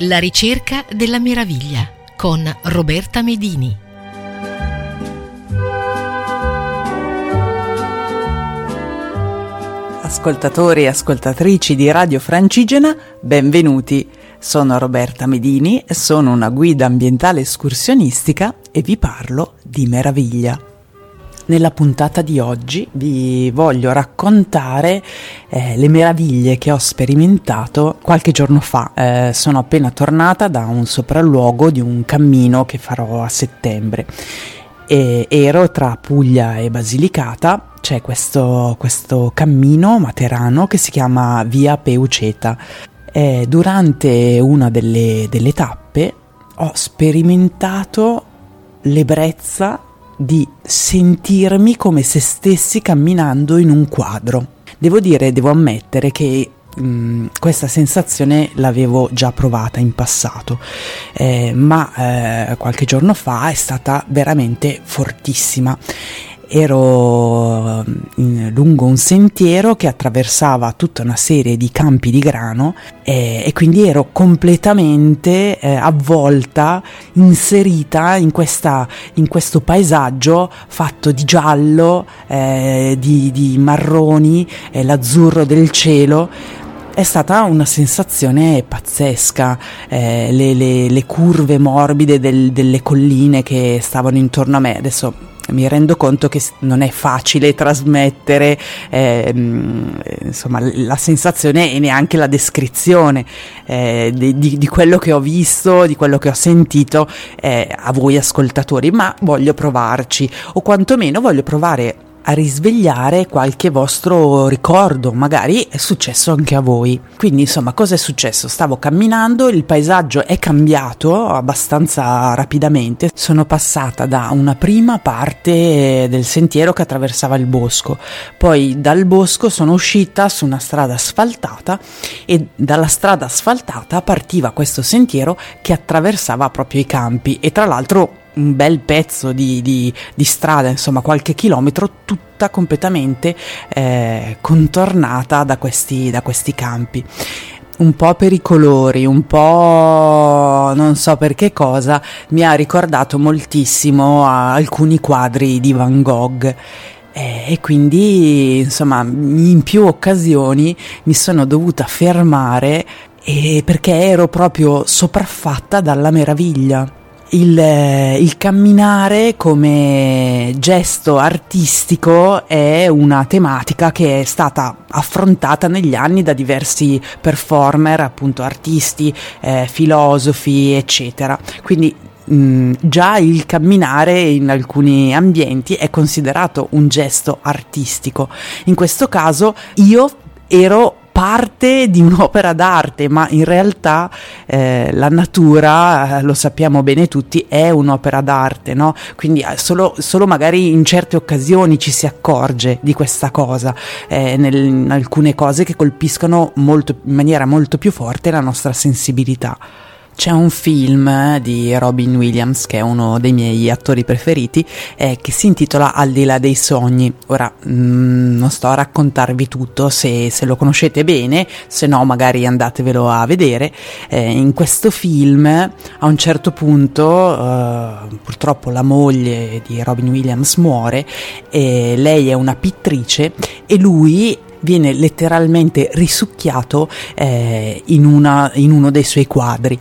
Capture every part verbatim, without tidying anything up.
La ricerca della meraviglia con Roberta Medini. Ascoltatori e ascoltatrici di Radio Francigena, benvenuti. Sono Roberta Medini, sono una guida ambientale escursionistica e vi parlo di meraviglia. Nella puntata di oggi vi voglio raccontare eh, le meraviglie che ho sperimentato qualche giorno fa. Eh, sono appena tornata da un sopralluogo di un cammino che farò a settembre. E ero tra Puglia e Basilicata. C'è questo, questo cammino materano che si chiama Via Peuceta. E durante una delle, delle tappe ho sperimentato l'ebbrezza di sentirmi come se stessi camminando in un quadro. Devo dire, devo ammettere che mh, questa sensazione l'avevo già provata in passato, eh, ma eh, qualche giorno fa è stata veramente fortissima. Ero in, lungo un sentiero che attraversava tutta una serie di campi di grano e, e quindi ero completamente eh, avvolta, inserita in, questa, in questo paesaggio fatto di giallo, eh, di, di marroni, eh, l'azzurro del cielo. È stata una sensazione pazzesca, eh, le, le, le curve morbide del, delle colline che stavano intorno a me. Adesso mi rendo conto che non è facile trasmettere eh, insomma la sensazione e neanche la descrizione eh, di, di, di quello che ho visto, di quello che ho sentito eh, a voi ascoltatori, ma voglio provarci, o quantomeno voglio provare a risvegliare qualche vostro ricordo, magari è successo anche a voi. Quindi insomma, cosa è successo? Stavo camminando, il paesaggio è cambiato abbastanza rapidamente, sono passata da una prima parte del sentiero che attraversava il bosco, poi dal bosco sono uscita su una strada asfaltata e dalla strada asfaltata partiva questo sentiero che attraversava proprio i campi e tra l'altro un bel pezzo di, di, di strada, insomma qualche chilometro, tutta completamente eh, contornata da questi, da questi campi. Un po' per i colori, un po' non so per che cosa, mi ha ricordato moltissimo a alcuni quadri di Van Gogh. E quindi insomma in più occasioni mi sono dovuta fermare e perché ero proprio sopraffatta dalla meraviglia. Il, il camminare come gesto artistico è una tematica che è stata affrontata negli anni da diversi performer, appunto artisti, eh, filosofi, eccetera. Quindi mh, già il camminare in alcuni ambienti è considerato un gesto artistico. In questo caso io ero parte di un'opera d'arte, ma in realtà eh, la natura, eh, lo sappiamo bene tutti, è un'opera d'arte, no? Quindi solo, solo magari in certe occasioni ci si accorge di questa cosa, eh, nel, in alcune cose che colpiscono molto, in maniera molto più forte la nostra sensibilità. C'è un film di Robin Williams, che è uno dei miei attori preferiti, eh, che si intitola Al di là dei sogni. Ora mh, non sto a raccontarvi tutto, se, se lo conoscete bene, se no magari andatevelo a vedere. Eh, in questo film a un certo punto eh, purtroppo la moglie di Robin Williams muore, e lei è una pittrice e lui viene letteralmente risucchiato eh, in, una, in uno dei suoi quadri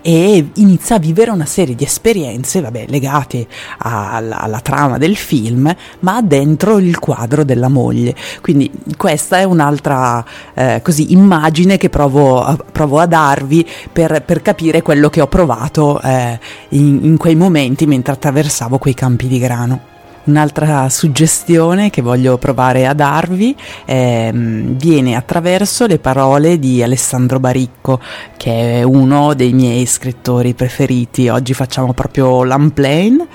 e inizia a vivere una serie di esperienze, vabbè, legate alla, alla trama del film, ma dentro il quadro della moglie. Quindi questa è un'altra eh, così immagine che provo a, provo a darvi per, per capire quello che ho provato eh, in, in quei momenti mentre attraversavo quei campi di grano. Un'altra suggestione che voglio provare a darvi eh, viene attraverso le parole di Alessandro Baricco, che è uno dei miei scrittori preferiti. Oggi facciamo proprio l'unplane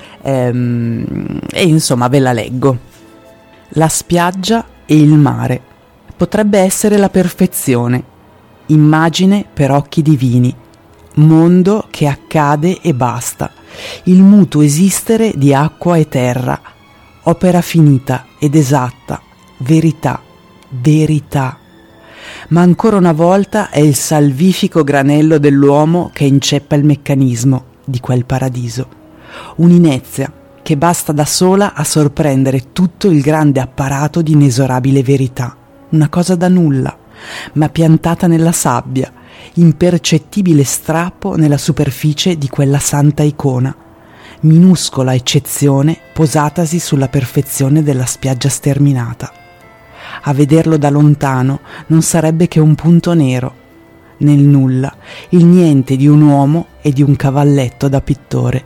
ehm, e insomma ve la leggo. La spiaggia e il mare potrebbe essere la perfezione, immagine per occhi divini, mondo che accade e basta, il mutuo esistere di acqua e terra, opera finita ed esatta, verità, verità. ma ancora una volta è il salvifico granello dell'uomo che inceppa il meccanismo di quel paradiso. Un'inezia che basta da sola a sorprendere tutto il grande apparato di inesorabile verità. Una cosa da nulla, ma piantata nella sabbia, impercettibile strappo nella superficie di quella santa icona, minuscola eccezione posatasi sulla perfezione della spiaggia sterminata. A vederlo da lontano non sarebbe che un punto nero, nel nulla, il niente di un uomo e di un cavalletto da pittore.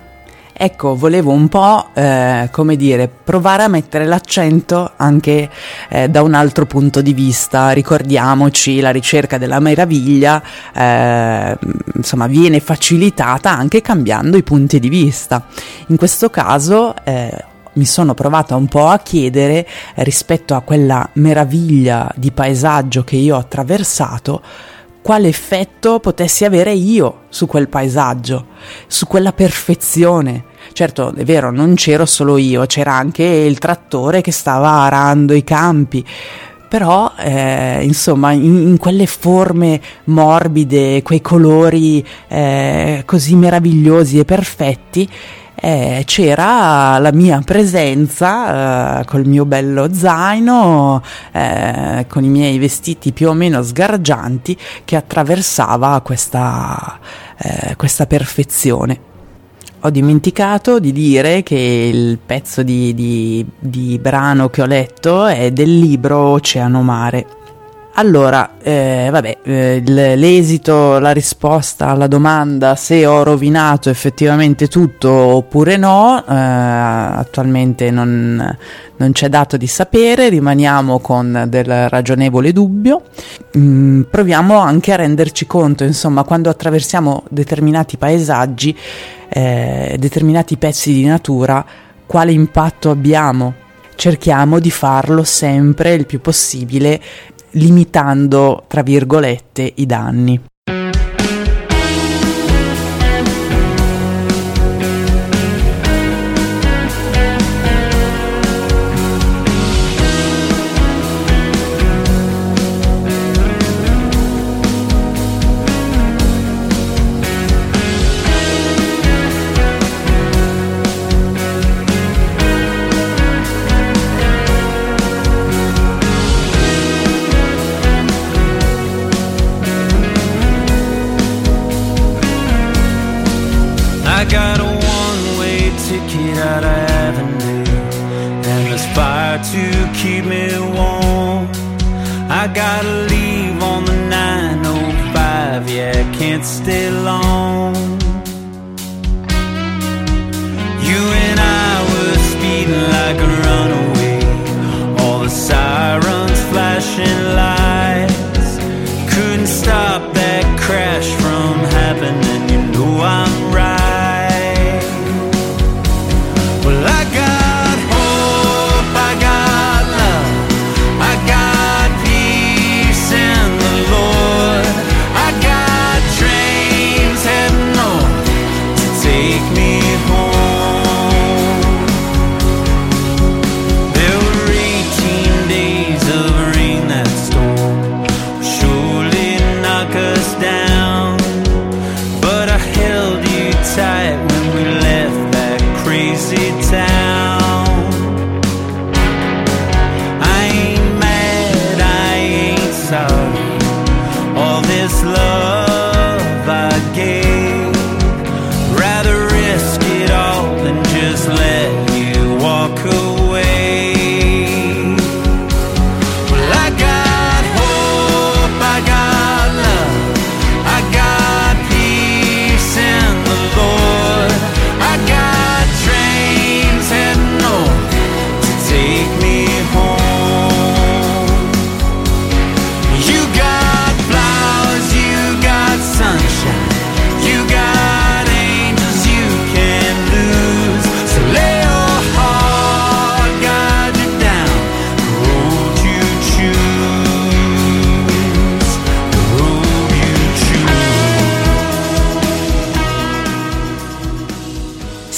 Ecco, volevo un po', eh, come dire, provare a mettere l'accento anche eh, da un altro punto di vista. Ricordiamoci, la ricerca della meraviglia, eh, insomma, viene facilitata anche cambiando i punti di vista. In questo caso, eh, mi sono provata un po' a chiedere, eh, rispetto a quella meraviglia di paesaggio che io ho attraversato, quale effetto potessi avere io su quel paesaggio, su quella perfezione. Certo, è vero, non c'ero solo io, c'era anche il trattore che stava arando i campi, però eh, insomma in, in quelle forme morbide, quei colori eh, così meravigliosi e perfetti, Eh, c'era la mia presenza eh, col mio bello zaino, eh, con i miei vestiti più o meno sgargianti, che attraversava questa, eh, questa perfezione. Ho dimenticato di dire che il pezzo di, di, di brano che ho letto è del libro Oceano Mare. Allora, eh, vabbè, eh, l'esito, la risposta alla domanda se ho rovinato effettivamente tutto oppure no, eh, attualmente non, non c'è dato di sapere, rimaniamo con del ragionevole dubbio. Mm, proviamo anche a renderci conto, insomma, quando attraversiamo determinati paesaggi, eh, determinati pezzi di natura, quale impatto abbiamo. Cerchiamo di farlo sempre il più possibile, limitando, tra virgolette, i danni. I got a one-way ticket out of Avondale, and there's fire to keep me warm. I gotta leave on the nine oh five, yeah, I can't stay long. You and I were speeding like a runaway, all the sirens flashing lights couldn't stop that crash from happening, you know I'm right. Well, I got hope, I got love, I got peace in the Lord. I got dreams heading north,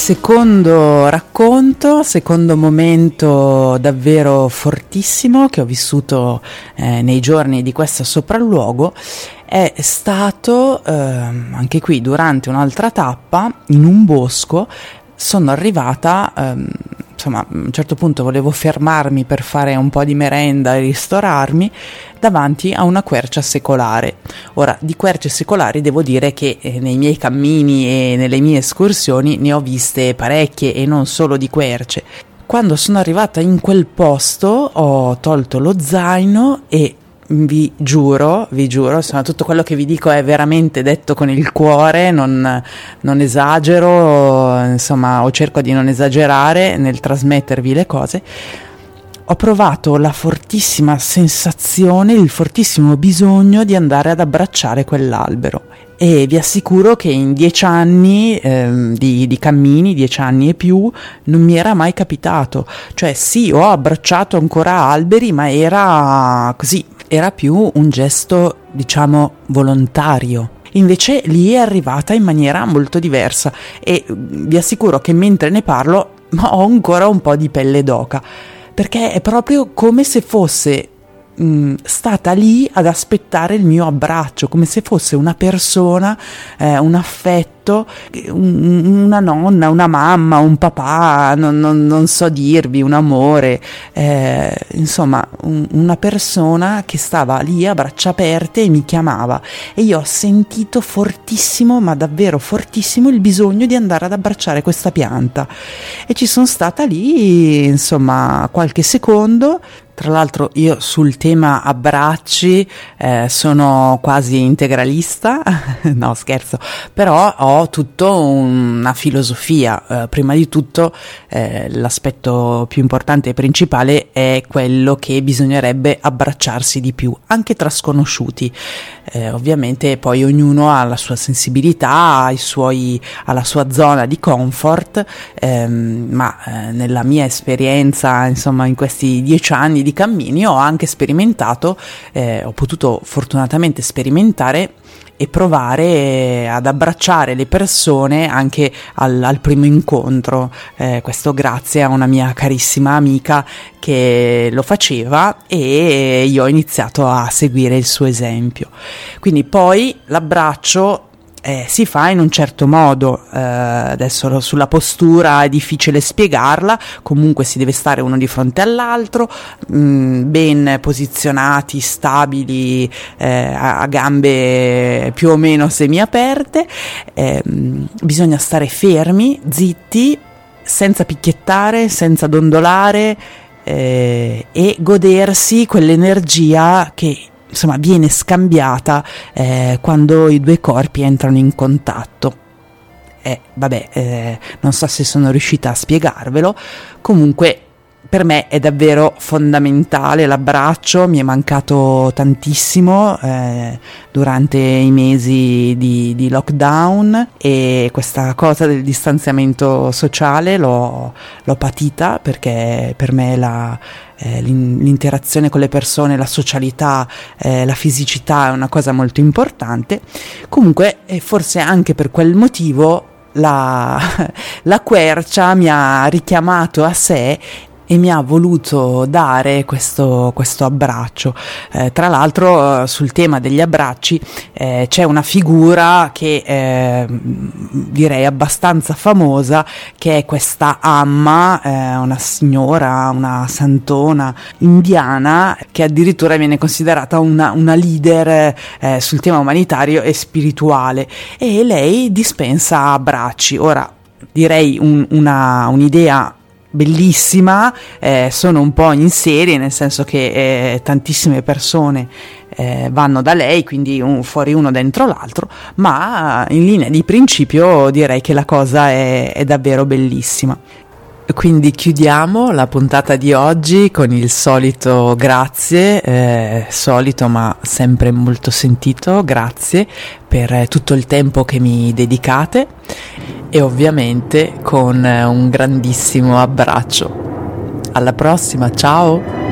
Secondo racconto, secondo momento davvero fortissimo che ho vissuto eh, nei giorni di questo sopralluogo è stato eh, anche qui durante un'altra tappa in un bosco. Sono arrivata, ehm, insomma, a un certo punto volevo fermarmi per fare un po' di merenda e ristorarmi davanti a una quercia secolare. Ora, di querce secolari devo dire che eh, nei miei cammini e nelle mie escursioni ne ho viste parecchie e non solo di querce. Quando sono arrivata in quel posto ho tolto lo zaino e vi giuro, vi giuro, insomma, tutto quello che vi dico è veramente detto con il cuore, non, non esagero, insomma, o cerco di non esagerare nel trasmettervi le cose. Ho provato la fortissima sensazione, il fortissimo bisogno di andare ad abbracciare quell'albero. E vi assicuro che in dieci anni eh, di, di cammini, dieci anni e più, non mi era mai capitato. Cioè sì, ho abbracciato ancora alberi, ma era così, era più un gesto, diciamo, volontario. Invece lì è arrivata in maniera molto diversa e vi assicuro che mentre ne parlo ho ancora un po' di pelle d'oca, perché è proprio come se fosse mh, stata lì ad aspettare il mio abbraccio, come se fosse una persona, eh, un affetto, un, una nonna, una mamma, un papà, non, non, non so dirvi, un amore, eh, insomma un, una persona che stava lì a braccia aperte e mi chiamava, e io ho sentito fortissimo, ma davvero fortissimo, il bisogno di andare ad abbracciare questa pianta e ci sono stata lì, insomma, qualche secondo. Tra l'altro io sul tema abbracci eh, sono quasi integralista, no scherzo, però ho tutto una filosofia. Eh, prima di tutto eh, l'aspetto più importante e principale è quello che bisognerebbe abbracciarsi di più, anche tra sconosciuti. Eh, ovviamente poi ognuno ha la sua sensibilità, ha i suoi, ha la sua zona di comfort, ehm, ma eh, nella mia esperienza, insomma, in questi dieci anni di cammini ho anche sperimentato, eh, ho potuto fortunatamente sperimentare e provare ad abbracciare le persone anche al, al primo incontro, eh, questo grazie a una mia carissima amica che lo faceva e io ho iniziato a seguire il suo esempio. Quindi poi l'abbraccio Eh, si fa in un certo modo, eh, adesso sulla postura è difficile spiegarla, comunque si deve stare uno di fronte all'altro, mh, ben posizionati, stabili, eh, a, a gambe più o meno semiaperte, eh, bisogna stare fermi, zitti, senza picchiettare, senza dondolare, eh, e godersi quell'energia che insomma viene scambiata eh, quando i due corpi entrano in contatto. Eh, vabbè, eh, non so se sono riuscita a spiegarvelo, comunque per me è davvero fondamentale l'abbraccio, mi è mancato tantissimo eh, durante i mesi di, di lockdown, e questa cosa del distanziamento sociale l'ho, l'ho patita, perché per me la, eh, l'interazione con le persone, la socialità, eh, la fisicità è una cosa molto importante. Comunque eh, forse anche per quel motivo la, la quercia mi ha richiamato a sé e mi ha voluto dare questo, questo abbraccio. Eh, tra l'altro sul tema degli abbracci eh, c'è una figura che eh, direi abbastanza famosa, che è questa Amma, eh, una signora, una santona indiana, che addirittura viene considerata una, una leader eh, sul tema umanitario e spirituale, e lei dispensa abbracci. Ora direi un, una, un'idea bellissima, eh, sono un po' in serie, nel senso che eh, tantissime persone eh, vanno da lei, quindi un, fuori uno dentro l'altro, ma in linea di principio direi che la cosa è, è davvero bellissima. Quindi chiudiamo la puntata di oggi con il solito grazie, eh, solito ma sempre molto sentito, grazie per tutto il tempo che mi dedicate, e ovviamente con un grandissimo abbraccio. Alla prossima, ciao!